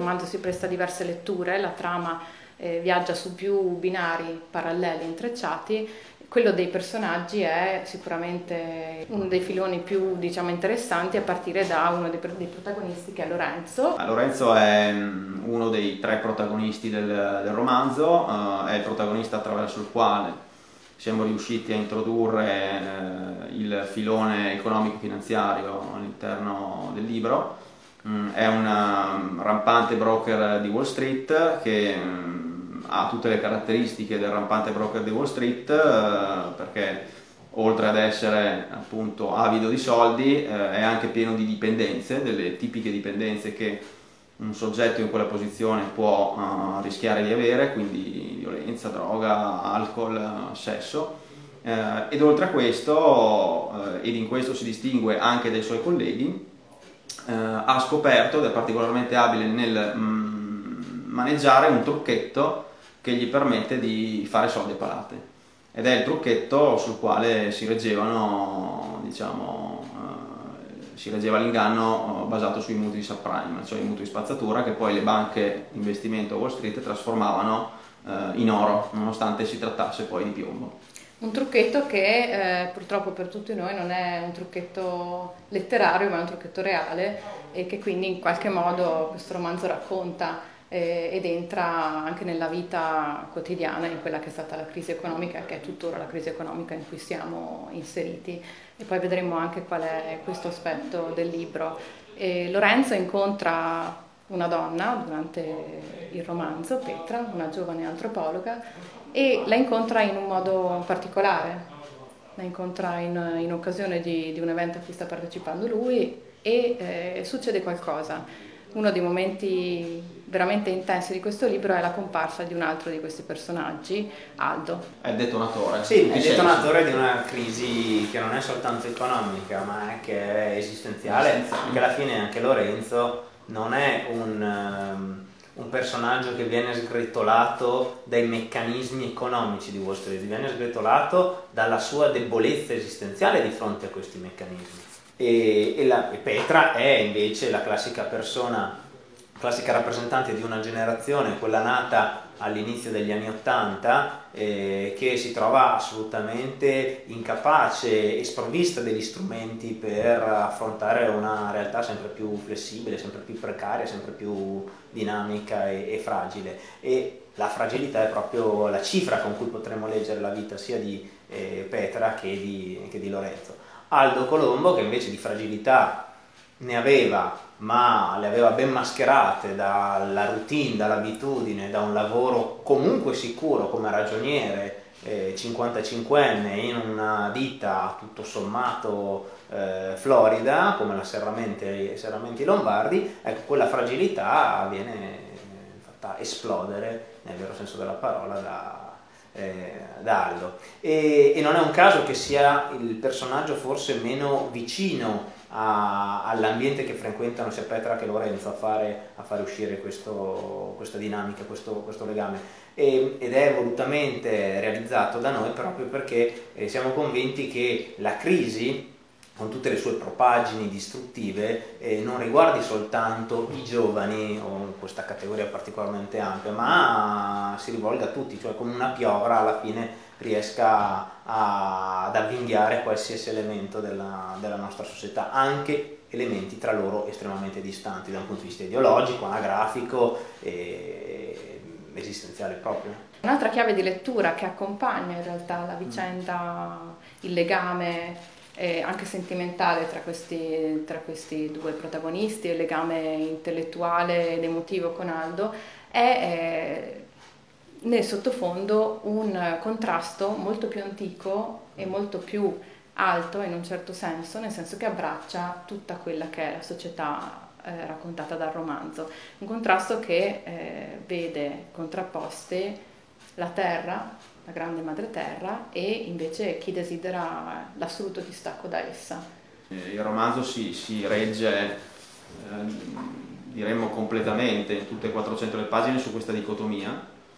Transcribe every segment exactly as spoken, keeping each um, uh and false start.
romanzo si presta a diverse letture, la trama eh, viaggia su più binari paralleli intrecciati. Quello dei personaggi è sicuramente uno dei filoni più, diciamo, interessanti, a partire da uno dei, dei protagonisti, che è Lorenzo. Lorenzo è uno dei tre protagonisti del, del romanzo, uh, è il protagonista attraverso il quale siamo riusciti a introdurre uh, il filone economico-finanziario all'interno del libro. Um, è un um, rampante broker di Wall Street che um, ha tutte le caratteristiche del rampante broker di Wall Street, uh, perché oltre ad essere appunto avido di soldi, eh, è anche pieno di dipendenze, delle tipiche dipendenze che un soggetto in quella posizione può uh, rischiare di avere, quindi violenza, droga, alcol, sesso. Eh, ed oltre a questo, eh, ed in questo si distingue anche dai suoi colleghi, eh, ha scoperto, ed è particolarmente abile nel mm, maneggiare un trucchetto che gli permette di fare soldi a palate. Ed è il trucchetto sul quale si reggevano, diciamo, eh, si reggeva l'inganno basato sui mutui subprime, cioè i mutui spazzatura che poi le banche investimento a Wall Street trasformavano eh, in oro, nonostante si trattasse poi di piombo. Un trucchetto che eh, purtroppo per tutti noi non è un trucchetto letterario, ma è un trucchetto reale, e che quindi in qualche modo questo romanzo racconta eh, ed entra anche nella vita quotidiana, in quella che è stata la crisi economica, che è tuttora la crisi economica in cui siamo inseriti. E poi vedremo anche qual è questo aspetto del libro. E Lorenzo incontra una donna durante il romanzo, Petra, una giovane antropologa, e la incontra in un modo particolare. La incontra in, in occasione di, di un evento a cui sta partecipando lui, e eh, succede qualcosa. Uno dei momenti veramente intensi di questo libro è la comparsa di un altro di questi personaggi, Aldo. È il detonatore. Sì, è il detonatore di una crisi che non è soltanto economica, ma è che è esistenziale, perché alla fine anche Lorenzo non è un, um, un personaggio che viene sgretolato dai meccanismi economici di Wall Street, viene sgretolato dalla sua debolezza esistenziale di fronte a questi meccanismi. E, e, la, e Petra è invece la classica persona, classica rappresentante di una generazione, quella nata all'inizio degli anni Ottanta, eh, che si trova assolutamente incapace e sprovvista degli strumenti per affrontare una realtà sempre più flessibile, sempre più precaria, sempre più dinamica e, e fragile. E la fragilità è proprio la cifra con cui potremmo leggere la vita sia di eh, Petra che di, che di Lorenzo. Aldo Colombo, che invece di fragilità ne aveva, ma le aveva ben mascherate dalla routine, dall'abitudine, da un lavoro comunque sicuro come ragioniere, eh, cinquantacinquenne in una ditta tutto sommato eh, florida come la Serramenti, Serramenti Lombardi. Ecco, quella fragilità viene fatta esplodere nel vero senso della parola da Eh, da Aldo, e, e non è un caso che sia il personaggio forse meno vicino a, all'ambiente che frequentano sia Petra che Lorenzo a fare, a fare uscire questo, questa dinamica, questo, questo legame, e, ed è volutamente realizzato da noi proprio perché eh, siamo convinti che la crisi, con tutte le sue propaggini distruttive, eh, non riguardi soltanto i giovani o questa categoria particolarmente ampia, ma si rivolga a tutti, cioè come una piovra alla fine riesca a, ad avvinghiare qualsiasi elemento della, della nostra società, anche elementi tra loro estremamente distanti da un punto di vista ideologico, anagrafico e esistenziale proprio. Un'altra chiave di lettura che accompagna in realtà la vicenda, il legame Eh, anche sentimentale tra questi, tra questi due protagonisti, il legame intellettuale ed emotivo con Aldo, è eh, nel sottofondo un contrasto molto più antico e molto più alto in un certo senso, nel senso che abbraccia tutta quella che è la società eh, raccontata dal romanzo, un contrasto che eh, vede contrapposte la terra, la grande madre terra, e invece chi desidera l'assoluto distacco da essa. Il romanzo si, si regge, eh, diremmo completamente, in tutte e quattrocento le pagine su questa dicotomia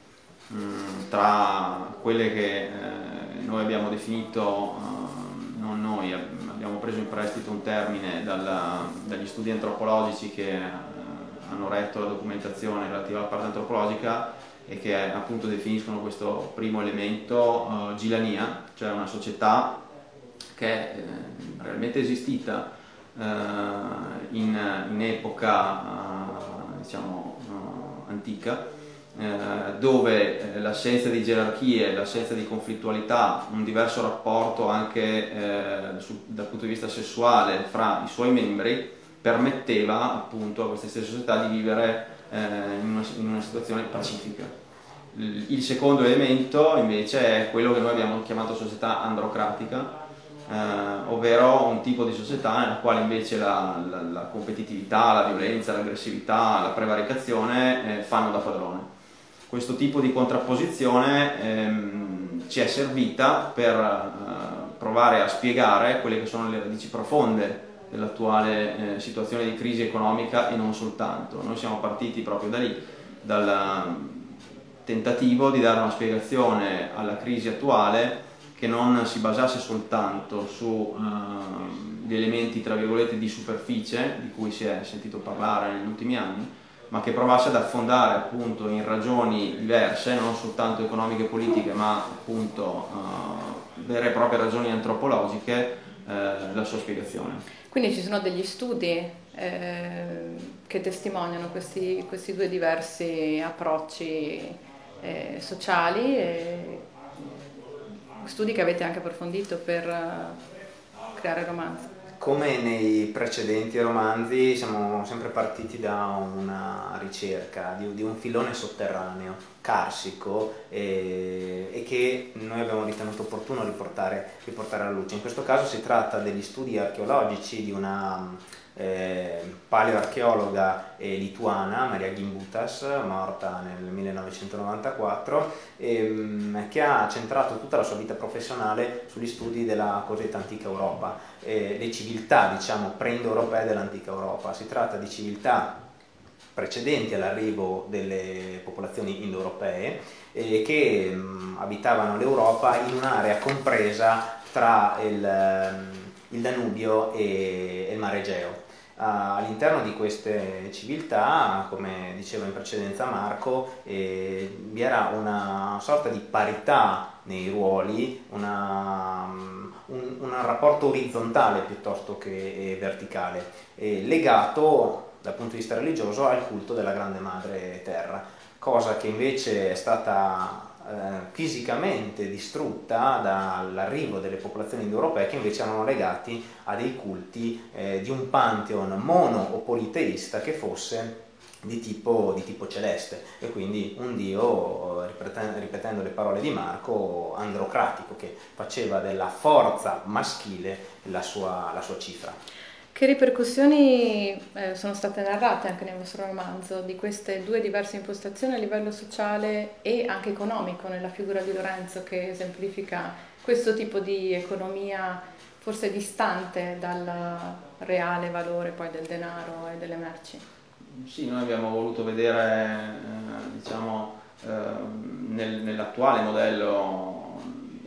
mh, tra quelle che eh, noi abbiamo definito, eh, non noi, abbiamo preso in prestito un termine dalla, dagli studi antropologici che eh, hanno retto la documentazione relativa alla parte antropologica e che appunto definiscono questo primo elemento uh, Gilania, cioè una società che è eh, realmente esistita uh, in, in epoca uh, diciamo uh, antica, uh, dove eh, l'assenza di gerarchie, l'assenza di conflittualità, un diverso rapporto anche eh, su, dal punto di vista sessuale fra i suoi membri permetteva appunto a queste stesse società di vivere eh, in, una, in una situazione pacifica. Il secondo elemento invece è quello che noi abbiamo chiamato società androcratica, eh, ovvero un tipo di società nella quale invece la, la, la competitività, la violenza, l'aggressività, la prevaricazione eh, fanno da padrone. Questo tipo di contrapposizione ehm, ci è servita per eh, provare a spiegare quelle che sono le radici profonde dell'attuale eh, situazione di crisi economica e non soltanto. Noi siamo partiti proprio da lì, dal tentativo di dare una spiegazione alla crisi attuale che non si basasse soltanto su uh, gli elementi tra virgolette di superficie di cui si è sentito parlare negli ultimi anni, ma che provasse ad affondare appunto in ragioni diverse, non soltanto economiche e politiche, ma appunto uh, vere e proprie ragioni antropologiche, uh, la sua spiegazione. Quindi ci sono degli studi eh, che testimoniano questi, questi due diversi approcci Eh, sociali, e studi che avete anche approfondito per uh, creare romanzi. Come nei precedenti romanzi siamo sempre partiti da una ricerca di, di un filone sotterraneo, carsico, e, e che noi abbiamo ritenuto opportuno riportare, riportare alla luce. In questo caso si tratta degli studi archeologici di una Eh, paleoarcheologa eh, lituana, Maria Gimbutas, morta nel millenovecentonovantaquattro, ehm, che ha centrato tutta la sua vita professionale sugli studi della cosiddetta antica Europa, eh, le civiltà, diciamo, pre-indoeuropee dell'antica Europa. Si tratta di civiltà precedenti all'arrivo delle popolazioni indoeuropee eh, che mh, abitavano l'Europa in un'area compresa tra il, il Danubio e il Mare Egeo. All'interno di queste civiltà, come diceva in precedenza Marco, eh, vi era una sorta di parità nei ruoli, una, un, un rapporto orizzontale piuttosto che verticale, eh, legato dal punto di vista religioso al culto della Grande Madre Terra, cosa che invece è stata Eh, fisicamente distrutta dall'arrivo delle popolazioni indoeuropee, che invece erano legati a dei culti eh, di un pantheon mono o politeista che fosse di tipo, di tipo celeste, e quindi un dio, ripetendo, ripetendo le parole di Marco, androcratico, che faceva della forza maschile la sua, la sua cifra. Che ripercussioni eh, sono state narrate anche nel vostro romanzo di queste due diverse impostazioni a livello sociale e anche economico nella figura di Lorenzo, che esemplifica questo tipo di economia forse distante dal reale valore poi del denaro e delle merci? Sì, noi abbiamo voluto vedere eh, diciamo, eh, nel, nell'attuale modello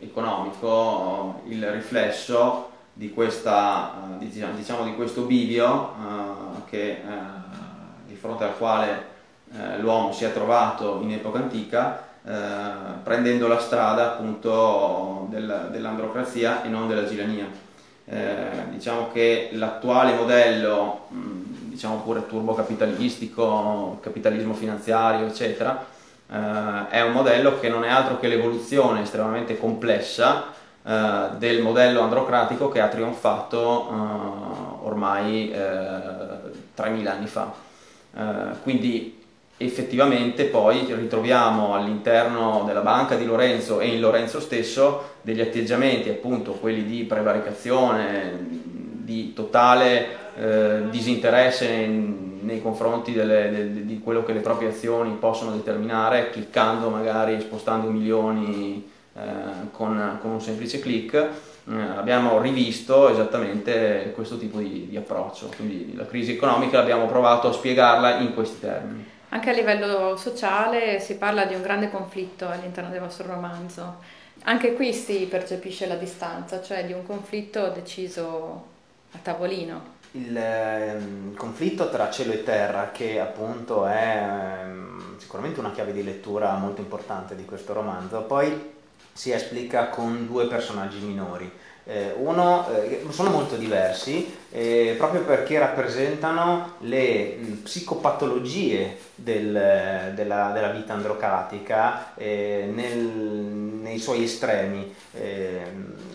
economico il riflesso di questa diciamo di questo bivio uh, che uh, di fronte al quale uh, l'uomo si è trovato in epoca antica, uh, prendendo la strada appunto del, dell'androcrazia e non della gilania. Uh, diciamo che l'attuale modello, mh, diciamo pure turbocapitalistico, capitalismo finanziario eccetera, uh, è un modello che non è altro che l'evoluzione estremamente complessa Uh, del modello androcratico che ha trionfato uh, ormai uh, tremila anni fa. Uh, quindi effettivamente poi ritroviamo all'interno della banca di Lorenzo e in Lorenzo stesso degli atteggiamenti, appunto quelli di prevaricazione, di totale uh, disinteresse in, nei confronti delle, de, di quello che le proprie azioni possono determinare, cliccando magari, spostando milioni Eh, con, con un semplice click. Eh, abbiamo rivisto esattamente questo tipo di, di approccio, quindi la crisi economica abbiamo provato a spiegarla in questi termini. Anche a livello sociale si parla di un grande conflitto all'interno del vostro romanzo. Anche qui si percepisce la distanza, cioè di un conflitto deciso a tavolino. il eh, conflitto tra cielo e terra, che appunto è eh, sicuramente una chiave di lettura molto importante di questo romanzo, poi si esplica con due personaggi minori. Eh, uno, eh, sono molto diversi eh, proprio perché rappresentano le mh, psicopatologie del, della, della vita androcratica eh, nel, nei suoi estremi. Eh,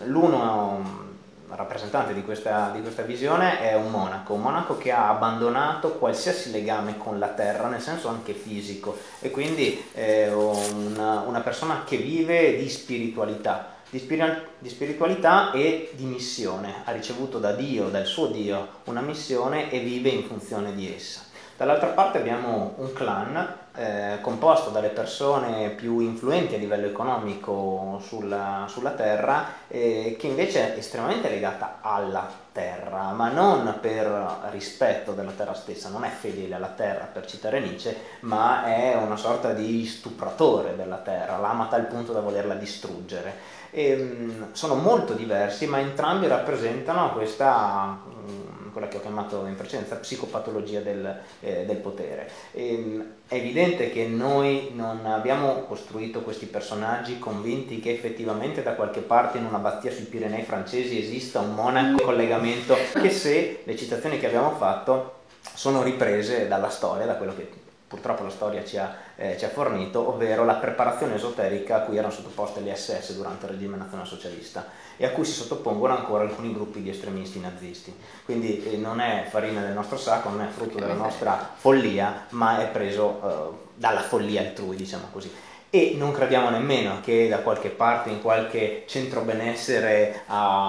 l'uno rappresentante di questa, di questa visione è un monaco, un monaco che ha abbandonato qualsiasi legame con la terra, nel senso anche fisico, e quindi è una, una persona che vive di spiritualità. Di, spiri- di spiritualità e di missione, ha ricevuto da Dio, dal suo Dio, una missione e vive in funzione di essa. Dall'altra parte abbiamo un clan eh, composto dalle persone più influenti a livello economico sulla, sulla terra, eh, che invece è estremamente legata alla terra, ma non per rispetto della terra stessa, non è fedele alla terra, per citare Nietzsche, ma è una sorta di stupratore della terra, l'ama a tal punto da volerla distruggere. E, sono molto diversi, ma entrambi rappresentano questa, quella che ho chiamato in precedenza, psicopatologia del, eh, del potere. E, è evidente che noi non abbiamo costruito questi personaggi convinti che effettivamente da qualche parte in una abbazia sui Pirenei francesi esista un monaco in collegamento, che se le citazioni che abbiamo fatto sono riprese dalla storia, da quello che purtroppo la storia ci ha, eh, ci ha fornito, ovvero la preparazione esoterica a cui erano sottoposte le esse esse durante il regime nazionalsocialista e a cui si sottopongono ancora alcuni gruppi di estremisti nazisti. Quindi eh, non è farina del nostro sacco, non è frutto della nostra follia, ma è preso eh, dalla follia altrui, diciamo così. E non crediamo nemmeno che da qualche parte, in qualche centro benessere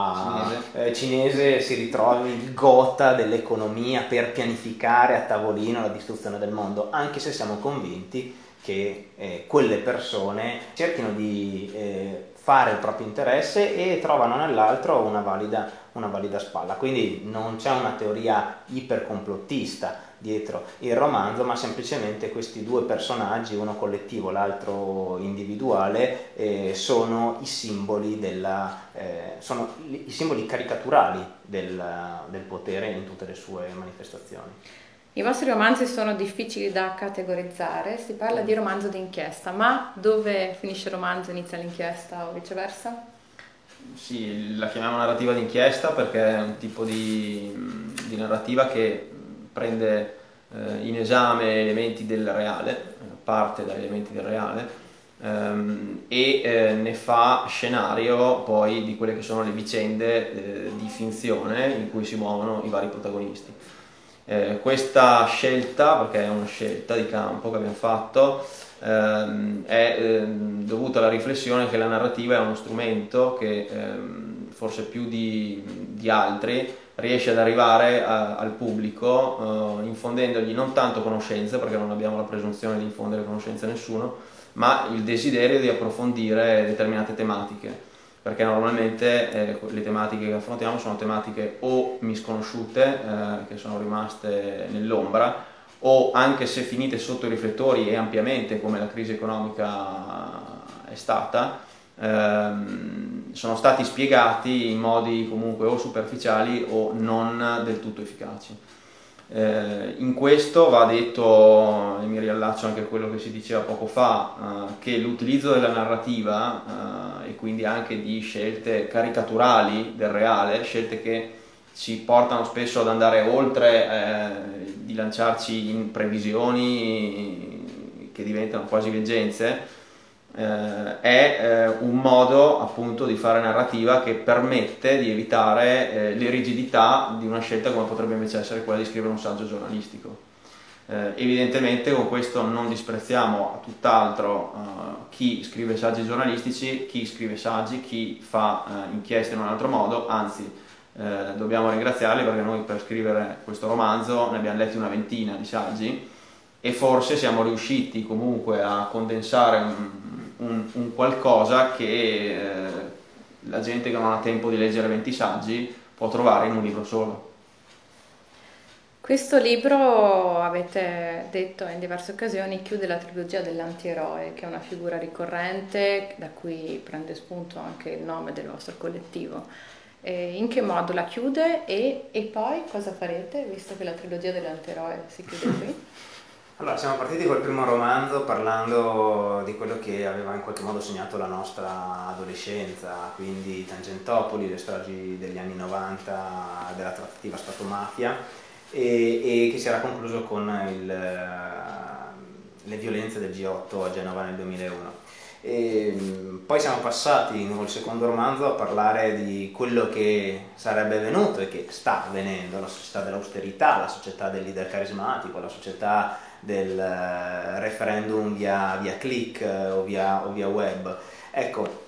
a, cinese. Eh, cinese si ritrovi il gotha dell'economia per pianificare a tavolino la distruzione del mondo, anche se siamo convinti che eh, quelle persone cerchino di eh, fare il proprio interesse e trovano nell'altro una valida, una valida spalla. Quindi non c'è una teoria ipercomplottista dietro il romanzo, ma semplicemente questi due personaggi, uno collettivo, l'altro individuale, eh, sono i simboli della, eh, sono i simboli caricaturali del, del potere in tutte le sue manifestazioni. I vostri romanzi sono difficili da categorizzare, si parla di romanzo d'inchiesta, ma dove finisce il romanzo inizia l'inchiesta o viceversa? Sì, la chiamiamo narrativa d'inchiesta perché è un tipo di, di narrativa che prende eh, in esame elementi del reale, parte da elementi del reale, ehm, e eh, ne fa scenario poi di quelle che sono le vicende eh, di finzione in cui si muovono i vari protagonisti. Eh, questa scelta, perché è una scelta di campo che abbiamo fatto, ehm, è ehm, dovuta alla riflessione che la narrativa è uno strumento che ehm, forse più di, di altri riesce ad arrivare a, al pubblico eh, infondendogli non tanto conoscenza, perché non abbiamo la presunzione di infondere conoscenza a nessuno, ma il desiderio di approfondire determinate tematiche, perché normalmente eh, le tematiche che affrontiamo sono tematiche o misconosciute, eh, che sono rimaste nell'ombra, o anche se finite sotto i riflettori e ampiamente, come la crisi economica è stata, ehm, sono stati spiegati in modi comunque o superficiali o non del tutto efficaci. Eh, in questo va detto, e mi riallaccio anche a quello che si diceva poco fa, eh, che l'utilizzo della narrativa eh, e quindi anche di scelte caricaturali del reale, scelte che ci portano spesso ad andare oltre, eh, di lanciarci in previsioni che diventano quasi leggenze, eh, è eh, un modo appunto di fare narrativa che permette di evitare eh, le rigidità di una scelta come potrebbe invece essere quella di scrivere un saggio giornalistico. Eh, evidentemente con questo non disprezziamo a tutt'altro eh, chi scrive saggi giornalistici, chi scrive saggi, chi fa eh, inchieste in un altro modo, anzi eh, dobbiamo ringraziarli perché noi per scrivere questo romanzo ne abbiamo letti una ventina di saggi e forse siamo riusciti comunque a condensare un Un, un qualcosa che eh, la gente che non ha tempo di leggere venti saggi può trovare in un libro solo. Questo libro, avete detto in diverse occasioni, chiude la trilogia dell'antieroe, che è una figura ricorrente da cui prende spunto anche il nome del vostro collettivo. Eh, in che modo la chiude e, e poi cosa farete, visto che la trilogia dell'antieroe si chiude qui? Allora, siamo partiti col primo romanzo parlando di quello che aveva in qualche modo segnato la nostra adolescenza, quindi Tangentopoli, le stragi degli anni novanta della trattativa Stato-mafia, e, e che si era concluso con il, le violenze del G otto a Genova nel duemilauno. E poi siamo passati col secondo romanzo a parlare di quello che sarebbe venuto e che sta avvenendo, la società dell'austerità, la società del leader carismatico, la società del referendum via, via click o via, o via web. Ecco,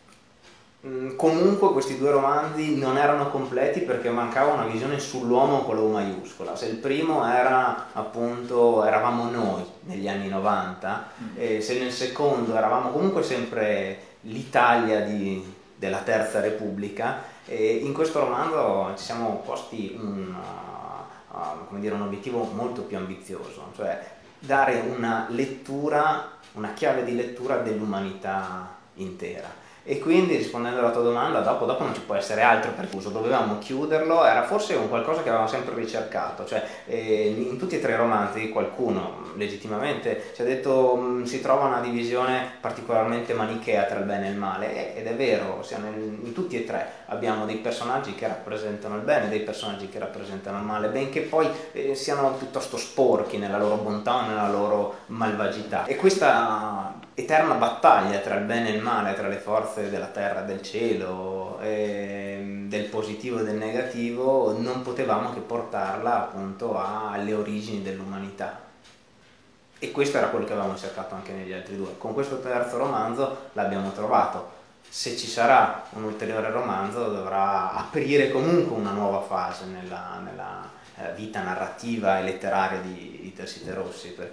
comunque questi due romanzi non erano completi perché mancava una visione sull'uomo con la U maiuscola. Se il primo era appunto eravamo noi negli anni novanta, e se nel secondo eravamo comunque sempre l'Italia di, della Terza Repubblica, e in questo romanzo ci siamo posti un, uh, uh, come dire, un obiettivo molto più ambizioso, cioè dare una lettura, una chiave di lettura dell'umanità intera. E quindi, rispondendo alla tua domanda, dopo, dopo non ci può essere altro percorso, dovevamo chiuderlo, era forse un qualcosa che avevamo sempre ricercato, cioè eh, in tutti e tre i romanzi qualcuno legittimamente ci ha detto mh, si trova una divisione particolarmente manichea tra il bene e il male, ed è vero, siamo in, in tutti e tre abbiamo dei personaggi che rappresentano il bene, dei personaggi che rappresentano il male, benché poi eh, siano piuttosto sporchi nella loro bontà o nella loro malvagità. E questa eterna battaglia tra il bene e il male, tra le forze della terra e del cielo, e del positivo e del negativo, non potevamo che portarla appunto alle origini dell'umanità. E questo era quello che avevamo cercato anche negli altri due. Con questo terzo romanzo l'abbiamo trovato. Se ci sarà un ulteriore romanzo dovrà aprire comunque una nuova fase nella, nella vita narrativa e letteraria di, di Tersite Rossi, perché